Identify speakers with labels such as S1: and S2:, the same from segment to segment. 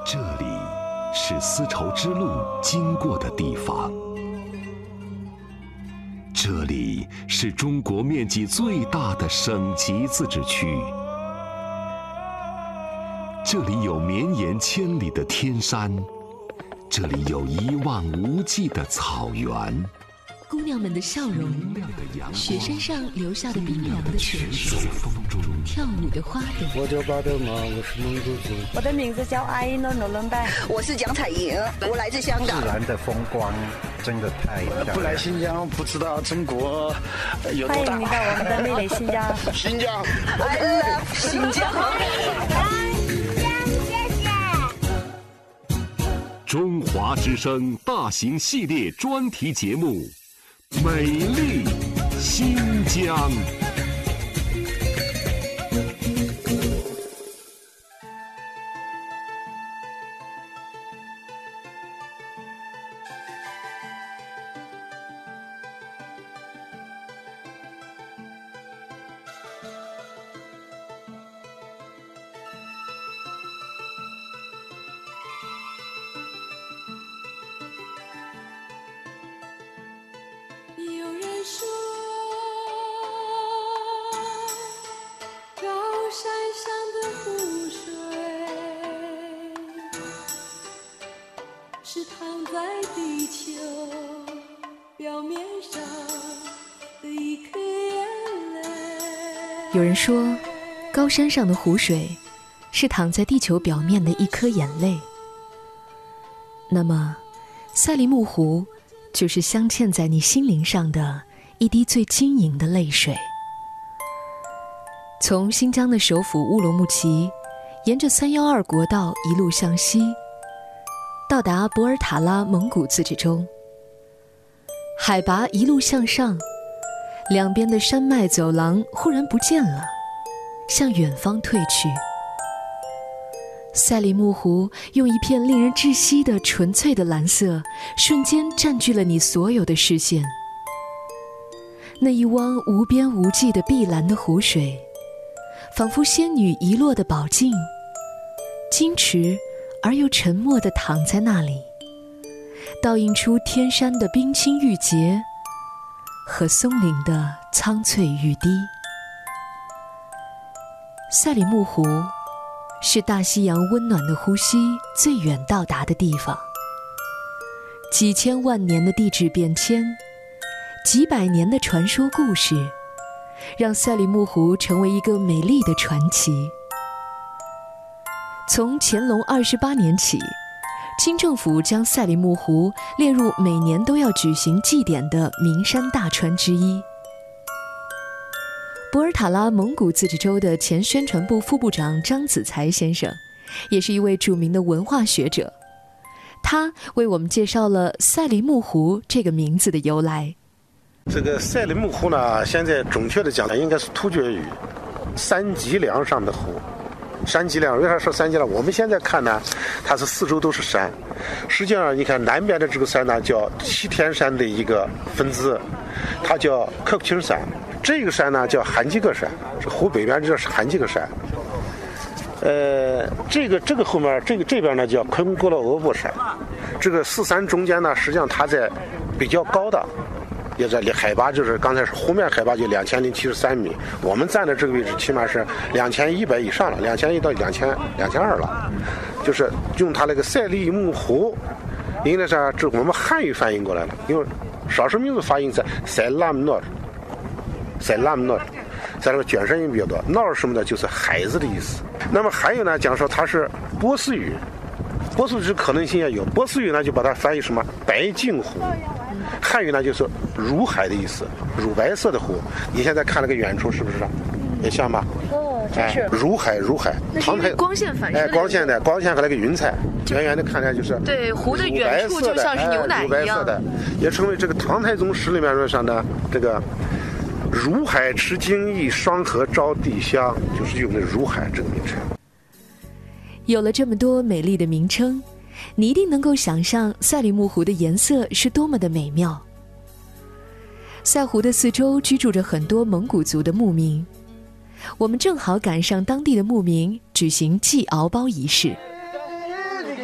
S1: 这里是丝绸之路经过的地方，这里是中国面积最大的省级自治区，这里有绵延千里的天山，这里有一望无际的草原。
S2: 姑娘们的笑容，雪山上留下的冰凉的泉水，跳舞的花朵。
S3: 我叫巴德玛，我是蒙古族。
S4: 我的名字叫阿依诺努伦拜，
S5: 我是蒋彩莹，我来自香港。
S6: 自然的风光真的太漂亮。
S3: 不来新疆不知道中国有多大。
S4: 欢迎你到我们的美丽新疆。
S3: 新疆
S5: ，I love 新疆。
S1: 中华之声大型系列专题节目《美丽新疆》。
S7: 有人说，高山上的湖水是躺在地球表面上的一颗眼泪。
S2: 有人说，高山上的湖水是躺在地球表面的一颗眼泪。那么，赛里木湖就是镶嵌在你心灵上的一滴最晶莹的泪水。从新疆的首府乌鲁木齐，沿着312国道一路向西，到达博尔塔拉蒙古自治州。海拔一路向上，两边的山脉走廊忽然不见了，向远方退去。赛里木湖用一片令人窒息的纯粹的蓝色，瞬间占据了你所有的视线。那一汪无边无际的碧蓝的湖水，仿佛仙女遗落的宝镜，矜持而又沉默地躺在那里，倒映出天山的冰清玉洁和松林的苍翠欲滴。赛里木湖是大西洋温暖的呼吸最远到达的地方。几千万年的地质变迁，几百年的传说故事，让赛里木湖成为一个美丽的传奇。从乾隆28年起，清政府将赛里木湖列入每年都要举行祭典的名山大川之一。博尔塔拉蒙古自治州的前宣传部副部长张子才先生，也是一位著名的文化学者。他为我们介绍了赛里木湖这个名字的由来。
S3: 这个赛里木湖呢，现在准确的讲应该是突厥语三脊梁上的湖。山脊梁为啥说山脊梁？我们现在看呢，它是四周都是山，实际上你看南边的这个山呢叫西天山的一个分支，它叫克库钦山。这个山呢叫韩吉格山，这湖北边这是韩吉格山。这个后面这边呢叫昆古勒额布山。这个四山中间呢，实际上它在比较高的，也在海拔就是刚才是湖面海拔就2073米，我们站的这个位置起码是2100以上了，2100到2200了，就是用它那个赛里木湖，应该是这我们汉语翻译过来了，因为少数民族发音在塞拉姆诺。在拉姆诺，在这个卷舌音比较多。诺什么的，就是孩子的意思。那么还有呢，讲说它是波斯语，波斯语可能性也有。波斯语呢，就把它翻译什么白净湖，汉语呢就是乳海的意思，乳白色的湖。你现在看那个远处是不是？也像吧？
S2: 哦，真是。
S3: 乳海。
S2: 那是因为光线反射。
S3: 光线和那个云彩，远远的看起来就是。
S2: 对，湖的远处就像是牛奶一样。乳白色的，
S3: 也成为这个唐太宗诗里面说上的这个。如海持金翼，双河招地香，就是用的如海这个名称。
S2: 有了这么多美丽的名称，你一定能够想象赛里木湖的颜色是多么的美妙。赛湖的四周居住着很多蒙古族的牧民，我们正好赶上当地的牧民举行祭敖包仪式。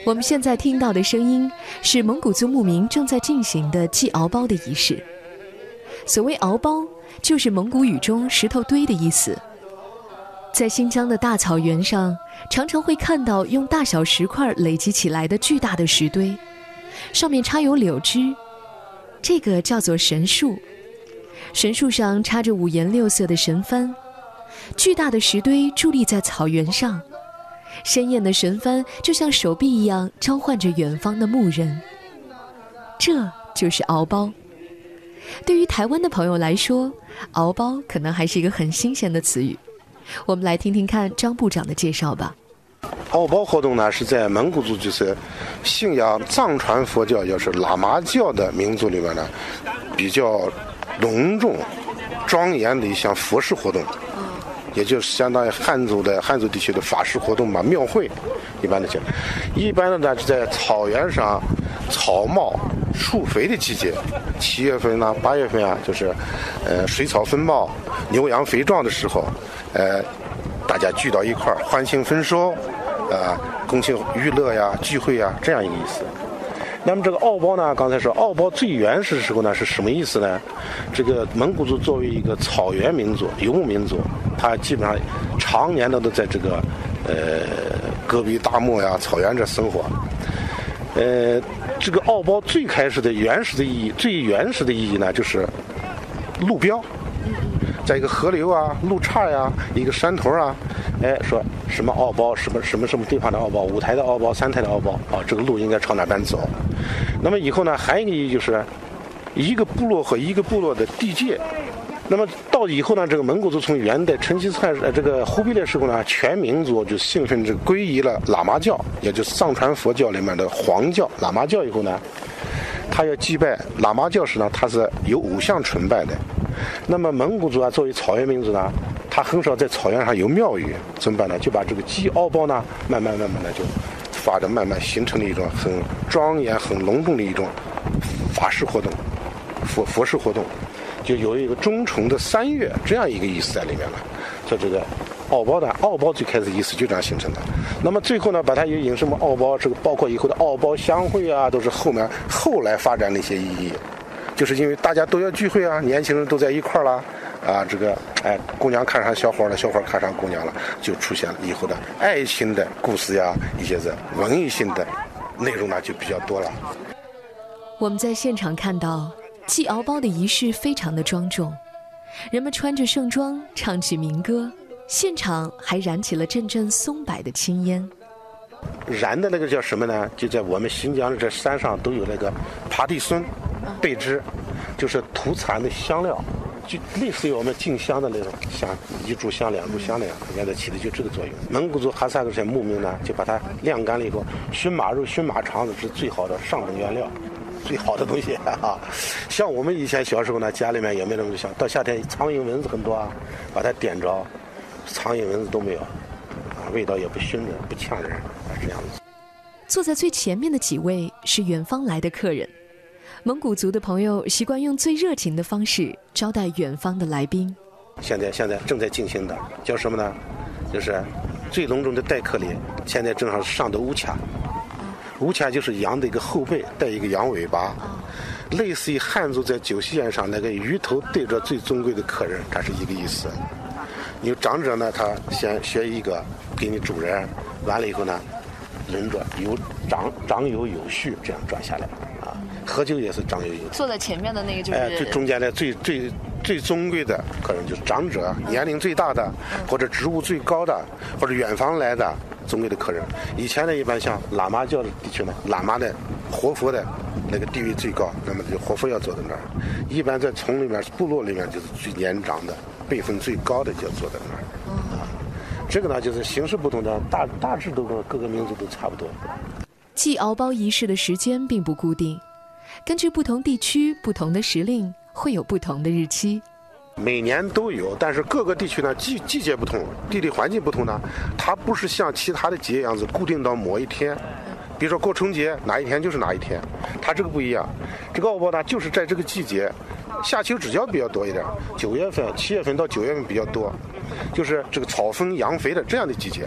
S2: 我们现在听到的声音是蒙古族牧民正在进行的祭敖包的仪式。所谓敖包，就是蒙古语中石头堆的意思。在新疆的大草原上，常常会看到用大小石块累积起来的巨大的石堆，上面插有柳枝，这个叫做神树。神树上插着五颜六色的神幡，巨大的石堆伫立在草原上，鲜艳的神幡就像手臂一样召唤着远方的牧人。这就是敖包。对于台湾的朋友来说，敖包可能还是一个很新鲜的词语。我们来听听看张部长的介绍吧。
S3: 敖包活动呢，是在蒙古族就是信仰藏传佛教，也是喇嘛教的民族里面呢，比较隆重、庄严的一项佛事活动，也就是相当于汉族地区的法事活动嘛，庙会一般的讲。一般的呢，是在草原上草茂树肥的季节，7月份呢、8月份啊，就是水草丰茂、牛羊肥壮的时候，大家聚到一块儿，欢庆丰收，共庆娱乐呀、聚会呀，这样一个意思。那么这个敖包呢，刚才说敖包最原始的时候呢是什么意思呢？这个蒙古族作为一个草原民族、游牧民族，它基本上常年的都在这个戈壁大漠呀、草原这生活。这个敖包最开始的原始的意义，最原始的意义呢，就是路标，在一个河流啊、路岔呀、一个山头啊，说什么敖包，什么地方的敖包，5台的敖包、3台的敖包啊，这个路应该朝哪边走。那么以后呢，还有一个意义就是一个部落和一个部落的地界。那么到以后呢，这个蒙古族从元代成吉思汗这个忽必烈时候呢，全民族就信奉这个皈依了喇嘛教，也就是藏传佛教里面的黄教喇嘛教以后呢，他要祭拜喇嘛教时呢，他是有偶像崇拜的。那么蒙古族啊，作为草原民族呢，他很少在草原上有庙宇，怎么办呢？就把这个祭敖包呢，慢慢的就发展，慢慢形成了一种很庄严、很隆重的一种法事活动、佛事活动，就有一个忠诚的3月这样一个意思在里面了。所以这个敖包呢，敖包最开始意思就这样形成的。那么最后呢，把它又引什么敖包，这个包括以后的敖包相会啊，都是后来发展的一些意义。就是因为大家都要聚会啊，年轻人都在一块儿了啊，这个姑娘看上小伙了，小伙看上姑娘了，就出现了以后的爱情的故事呀，一些文艺性的内容呢就比较多了。
S2: 我们在现场看到祭敖包的仪式非常的庄重，人们穿着盛装唱起民歌，现场还燃起了阵阵松柏的青烟。
S3: 燃的那个叫什么呢？就在我们新疆的这山上都有那个爬地松、贝枝，就是土产的香料，就类似于我们进香的那种，像1炷香、2炷香那样，原来起的就这个作用。蒙古族哈萨克这些牧民呢，就把它晾干了以后，熏马肉、熏马肠子是最好的上等原料。最好的东西啊，像我们以前小时候呢，家里面也没那么想，到夏天苍蝇蚊子很多啊，把它点着，苍蝇蚊子都没有，味道也不熏人，不呛人，这样子。
S2: 坐在最前面的几位是远方来的客人，蒙古族的朋友习惯用最热情的方式招待远方的来宾。
S3: 现在正在进行的叫什么呢？就是最隆重的待客礼，现在正好上的乌卡。乌卡就是羊的一个后背，带一个羊尾巴，类似于汉族在酒席宴上那个鱼头对着最尊贵的客人，它是一个意思。有长者呢，他先学一个给你主人，完了以后呢，轮着有长有序这样转下来啊。喝酒也是长有序。
S8: 坐在前面的那个就是
S3: 最中间的最尊贵的客人就是长者，年龄最大的，或者职务最高的，或者远方来的尊贵的客人。以前呢，一般像喇嘛教的地区呢，喇嘛的活佛的那个地位最高，那么就活佛要坐在那儿。一般在村里面、部落里面，就是最年长的、辈分最高的就坐在那儿。这个呢，就是形式不同的，大致都跟各个民族都差不多。
S2: 祭敖包仪式的时间并不固定，根据不同地区、不同的时令，会有不同的日期。
S3: 每年都有，但是各个地区呢季节不同，地理环境不同呢，它不是像其他的节一样子固定到某一天。比如说过春节哪一天就是哪一天，它这个不一样。这个敖包呢，就是在这个季节，夏秋指教比较多一点，7月份到9月份比较多，就是这个草丰养肥的这样的季节，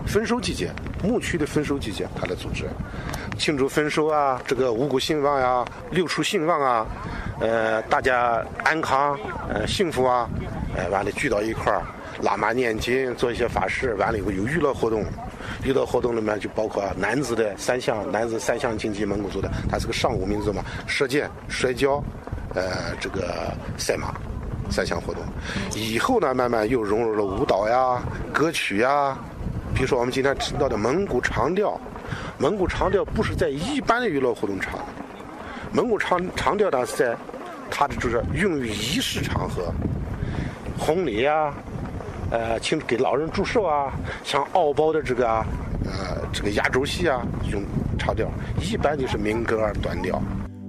S3: 丰收季节，牧区的丰收季节，他来组织庆祝丰收啊，这个五谷兴旺呀，六畜兴旺啊，大家安康，幸福啊，完了聚到一块儿，拉马念经，做一些法事，完了以后有娱乐活动。娱乐活动里面就包括男子三项竞技，蒙古族的，它是个上午民族嘛，射箭、摔跤，这个赛马，3项活动。以后呢，慢慢又融入了舞蹈呀、歌曲呀，比如说我们今天听到的蒙古长调。蒙古长调不是在一般的娱乐活动唱的，蒙古长调呢是在它的就是用于仪式场合，婚礼呀。给老人祝寿啊，像敖包的这个压轴戏啊，用长调，一般就是民歌儿短调。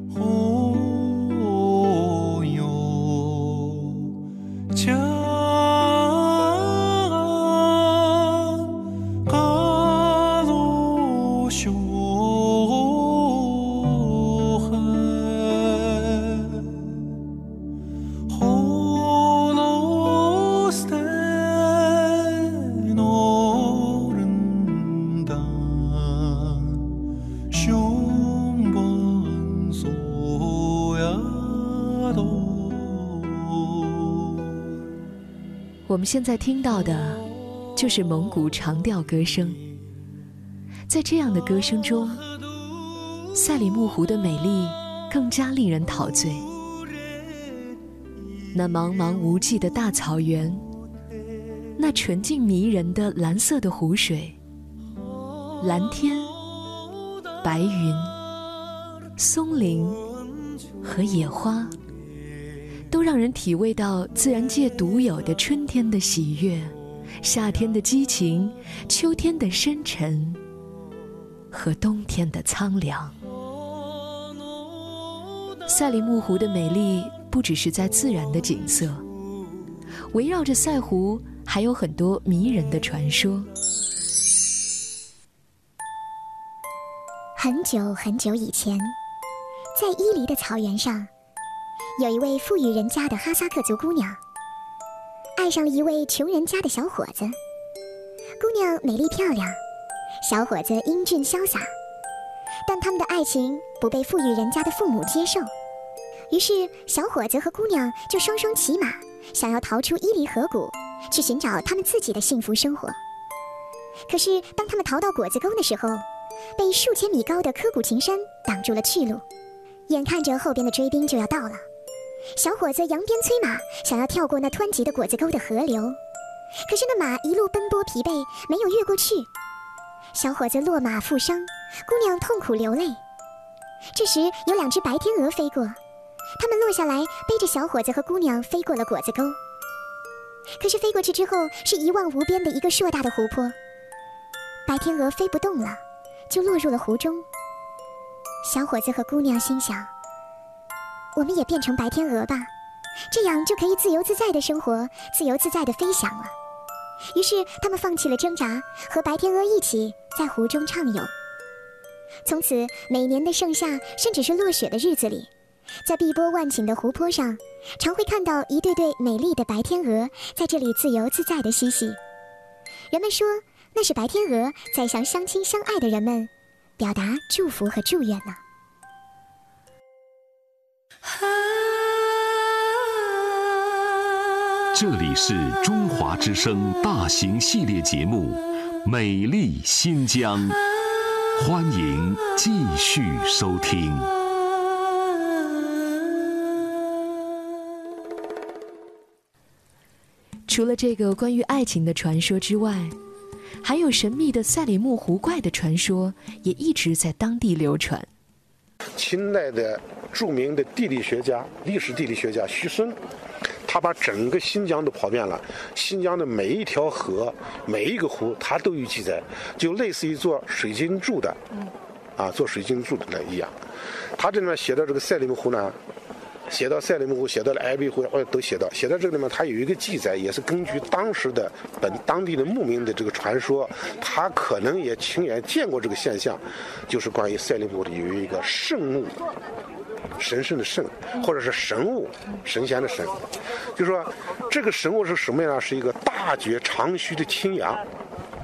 S2: 我们现在听到的就是蒙古长调歌声。在这样的歌声中，赛里木湖的美丽更加令人陶醉。那茫茫无际的大草原，那纯净迷人的蓝色的湖水，蓝天、白云、松林和野花，都让人体味到自然界独有的春天的喜悦，夏天的激情，秋天的深沉和冬天的苍凉。赛里木湖的美丽不只是在自然的景色，围绕着赛湖还有很多迷人的传说。
S8: 很久很久以前，在伊犁的草原上，有一位富裕人家的哈萨克族姑娘，爱上了一位穷人家的小伙子。姑娘美丽漂亮，小伙子英俊潇洒，但他们的爱情不被富裕人家的父母接受。于是小伙子和姑娘就双双骑马，想要逃出伊犁河谷，去寻找他们自己的幸福生活。可是当他们逃到果子沟的时候，被数千米高的刻骨群山挡住了去路。眼看着后边的追兵就要到了，小伙子扬鞭催马，想要跳过那湍急的果子沟的河流。可是那马一路奔波疲惫，没有越过去。小伙子落马负伤，姑娘痛苦流泪。这时有2只白天鹅飞过，它们落下来，背着小伙子和姑娘飞过了果子沟。可是飞过去之后，是一望无边的一个硕大的湖泊。白天鹅飞不动了，就落入了湖中。小伙子和姑娘心想，我们也变成白天鹅吧，这样就可以自由自在的生活，自由自在的飞翔了。于是他们放弃了挣扎，和白天鹅一起在湖中畅游。从此每年的盛夏甚至是落雪的日子里，在碧波万顷的湖泊上，常会看到一对对美丽的白天鹅在这里自由自在的嬉戏。人们说那是白天鹅在向相亲相爱的人们表达祝福和祝愿呢。
S1: 这里是中华之声大型系列节目《美丽新疆》，欢迎继续收听。
S2: 除了这个关于爱情的传说之外，还有神秘的赛里木湖怪的传说也一直在当地流传。
S3: 清代的著名的地理学家、历史地理学家徐孙，他把整个新疆都跑遍了，新疆的每一条河、每一个湖，他都有记载，就类似于做水晶柱的，做水晶柱的一样。他这里面写到这个赛里木湖呢，写到赛里木湖，写到了艾比湖，都写到这个里面，它有一个记载，也是根据当时的当地的牧民的这个传说，他可能也亲眼见过这个现象，就是关于赛里木湖的有一个圣物，神圣的圣，或者是神物，神仙的神，就说这个神物是什么呀？是一个大觉长须的青羊，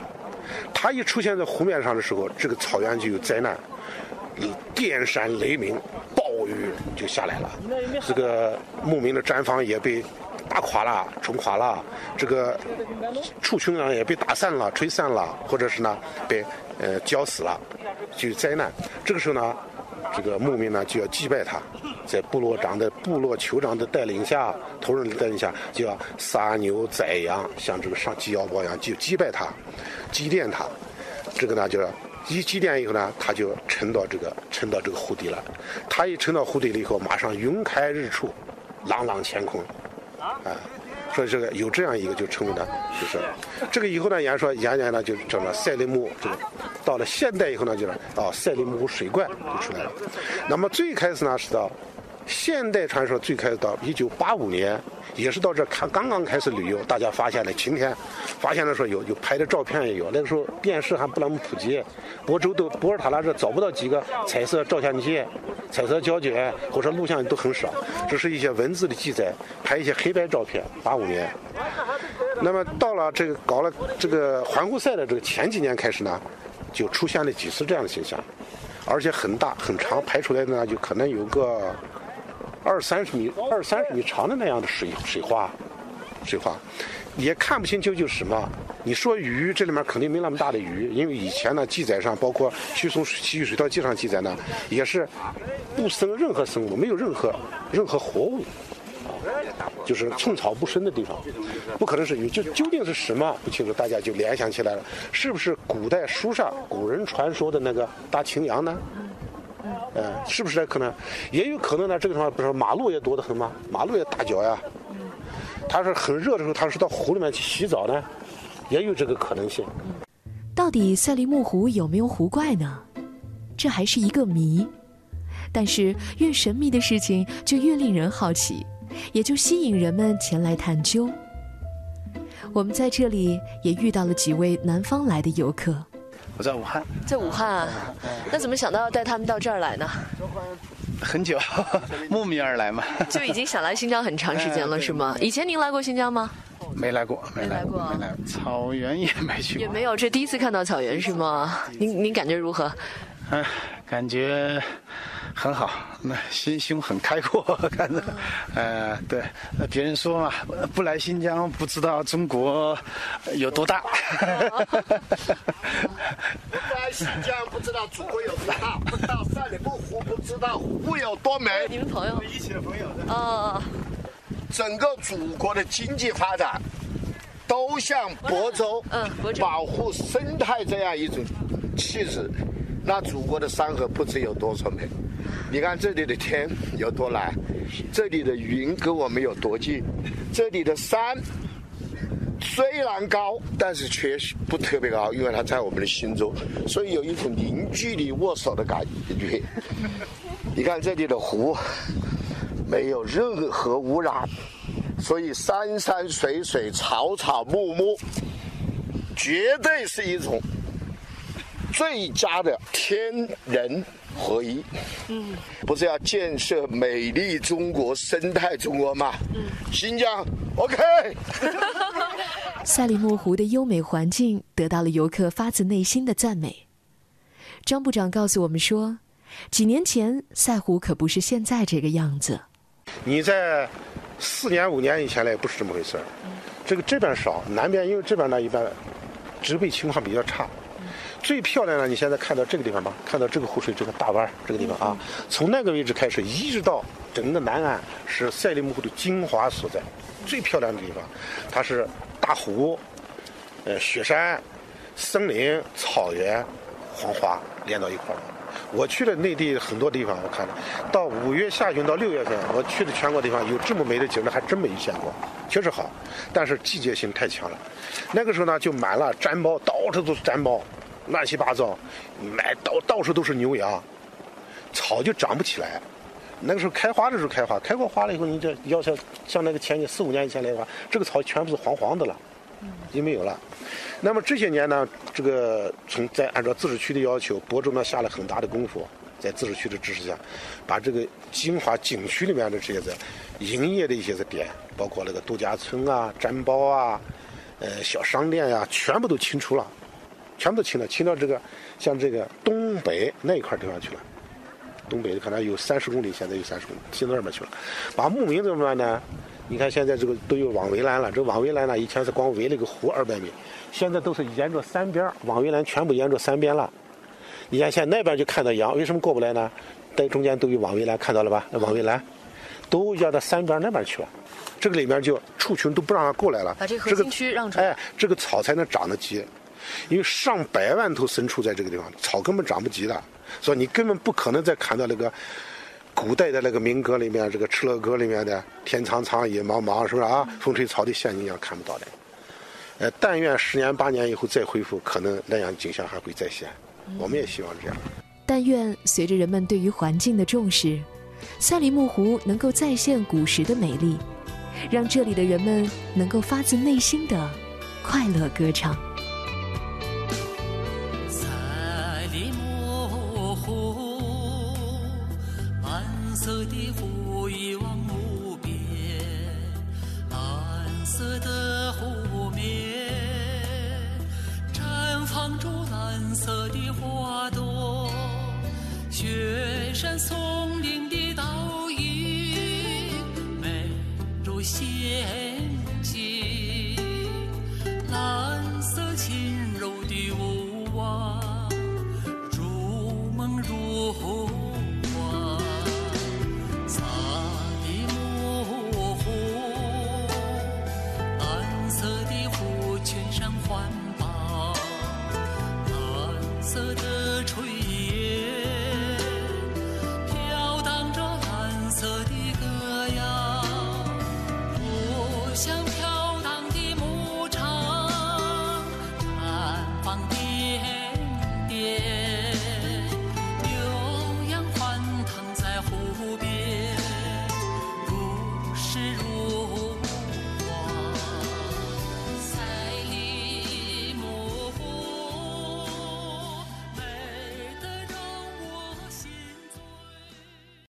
S3: 它一出现在湖面上的时候，这个草原就有灾难，电闪雷鸣，暴雨就下来了，这个牧民的毡房也被打垮了、冲垮了，这个畜群呢也被打散了、吹散了，或者是呢被浇死了，就有灾难。这个时候呢，这个牧民呢就要祭拜他，在部落酋长的带领下、头人的带领下，就要杀牛宰羊，像这个上祭妖包一样，就祭拜他、祭奠他。这个呢就是一祭奠以后呢，他就沉到这个湖底了。他一沉到湖底了以后，马上云开日出，朗朗乾坤，所以这个有这样一个就称为呢，就是这个以后呢，演呢就整了赛利木，这个到了现代以后呢，就是赛利木湖水怪就出来了。那么最开始呢是到现代传说，最开始到1985年，也是到这刚刚开始旅游，大家发现了晴天，发现了说有拍的照片也有。那个时候电视还不那么普及，博尔塔拉这找不到几个彩色照相机、彩色胶卷或者录像都很少，这是一些文字的记载，拍一些黑白照片。85年，那么到了这个搞了这个环湖赛的这个前几年开始呢，就出现了几次这样的现象，而且很大很长，拍出来的呢就可能有个20-30米长的那样的水花，也看不清究竟什么。你说鱼，这里面肯定没那么大的鱼，因为以前呢记载上，包括西域水稻记上记载呢，也是不生任何生物，没有任何活物，就是寸草不生的地方，不可能是鱼。究竟是什么不清楚，大家就联想起来了，是不是古代书上古人传说的那个大青羊呢？是不是可能？也有可能呢。这个地方不是马路也多得很吗？马路也大脚呀。它是很热的时候，它是到湖里面去洗澡呢，也有这个可能性。
S2: 到底赛利木湖有没有湖怪呢？这还是一个谜。但是越神秘的事情就越令人好奇，也就吸引人们前来探究。我们在这里也遇到了几位南方来的游客。
S9: 我在武汉。
S2: 在武汉啊？那怎么想到要带他们到这儿来呢？
S9: 很久，慕名而来嘛。
S2: 就已经想来新疆很长时间了，是吗？以前您来过新疆吗？
S9: 没来过。草原也没去过。
S2: 也没有，这第一次看到草原是吗？您感觉如何？
S9: 感觉很好，那心胸很开阔，看着，对，别人说嘛，不来新疆不知道中国有多大。
S10: 不来新疆不知道祖国有多大，不到赛里木湖不知道湖有多美。
S2: 你们朋友？
S10: 一起的朋友的。整个祖国的经济发展都像亳州保护生态这样一种气质。那祖国的山河不知有多少美，你看这里的天有多蓝，这里的云跟我们有多近，这里的山虽然高，但是却不特别高，因为它在我们的心中，所以有一种零距离握手的感觉。你看这里的湖没有任何污染，所以山山水水草草木木绝对是一种最佳的天人合一。不是要建设美丽中国、生态中国吗？新疆 OK。
S2: 赛里木湖的优美环境得到了游客发自内心的赞美。张部长告诉我们说，几年前赛湖可不是现在这个样子。
S3: 你在4年5年以前来不是这么回事。这边少，南边因为这边呢一般植被情况比较差。最漂亮的，你现在看到这个地方吧，看到这个湖水这个大湾这个地方啊，从那个位置开始一直到整个南岸是赛里木湖的精华所在，最漂亮的地方，它是大湖、雪山、森林、草原、黄花连到一块儿。我去了内地很多地方，我看了，到5月下旬到6月份，我去的全国地方有这么美的景色还真没见过，确实好，但是季节性太强了。那个时候呢，就满了毡包，到处都是毡包。乱七八糟，到处都是牛羊，草就长不起来。那个时候开花的时候开花，开过花了以后，你这要像那个前年4、5年以前来的话，这个草全部是黄黄的了，已经没有了。那么这些年呢，这个在按照自治区的要求，亳州呢下了很大的功夫，在自治区的支持下，把这个精华景区里面的这些营业的一些点，包括那个度假村啊、毡包啊、小商店呀，全部都清除了。 全部都清了，清到这个像这个东北那一块地方去了。东北可能有30公里，现在有30公里，清到那边去了。把牧民怎么办呢？你看现在这个都有网围栏了，这网围栏呢，以前是光围了个湖200米，现在都是沿着3边，网围栏全部沿着3边了。你看现在那边就看到羊，为什么过不来呢？在中间都有网围栏，看到了吧？那网围栏都要到3边那边去了。这个里面就畜群都不让它过来了，
S2: 把这核心区让出来。
S3: 这个草才能长得急，因为上百万头牲畜在这个地方，草根本长不急的，所以你根本不可能再看到那个古代的那个民歌里面，这个敕勒歌里面的天苍苍野茫茫，是不是啊？风吹草低见牛羊，看不到的。但愿10年8年以后再恢复，可能那样景象还会再现。我们也希望这样。
S2: 但愿随着人们对于环境的重视，赛里木湖能够再现古时的美丽，让这里的人们能够发自内心的快乐歌唱。
S11: 赛里木湖，蓝色的湖一望无边，蓝色的湖面绽放出蓝色的花朵，雪山松林的倒影美如仙境，蓝色轻柔的雾网如梦如幻，赛里木湖，蓝色的湖圈上环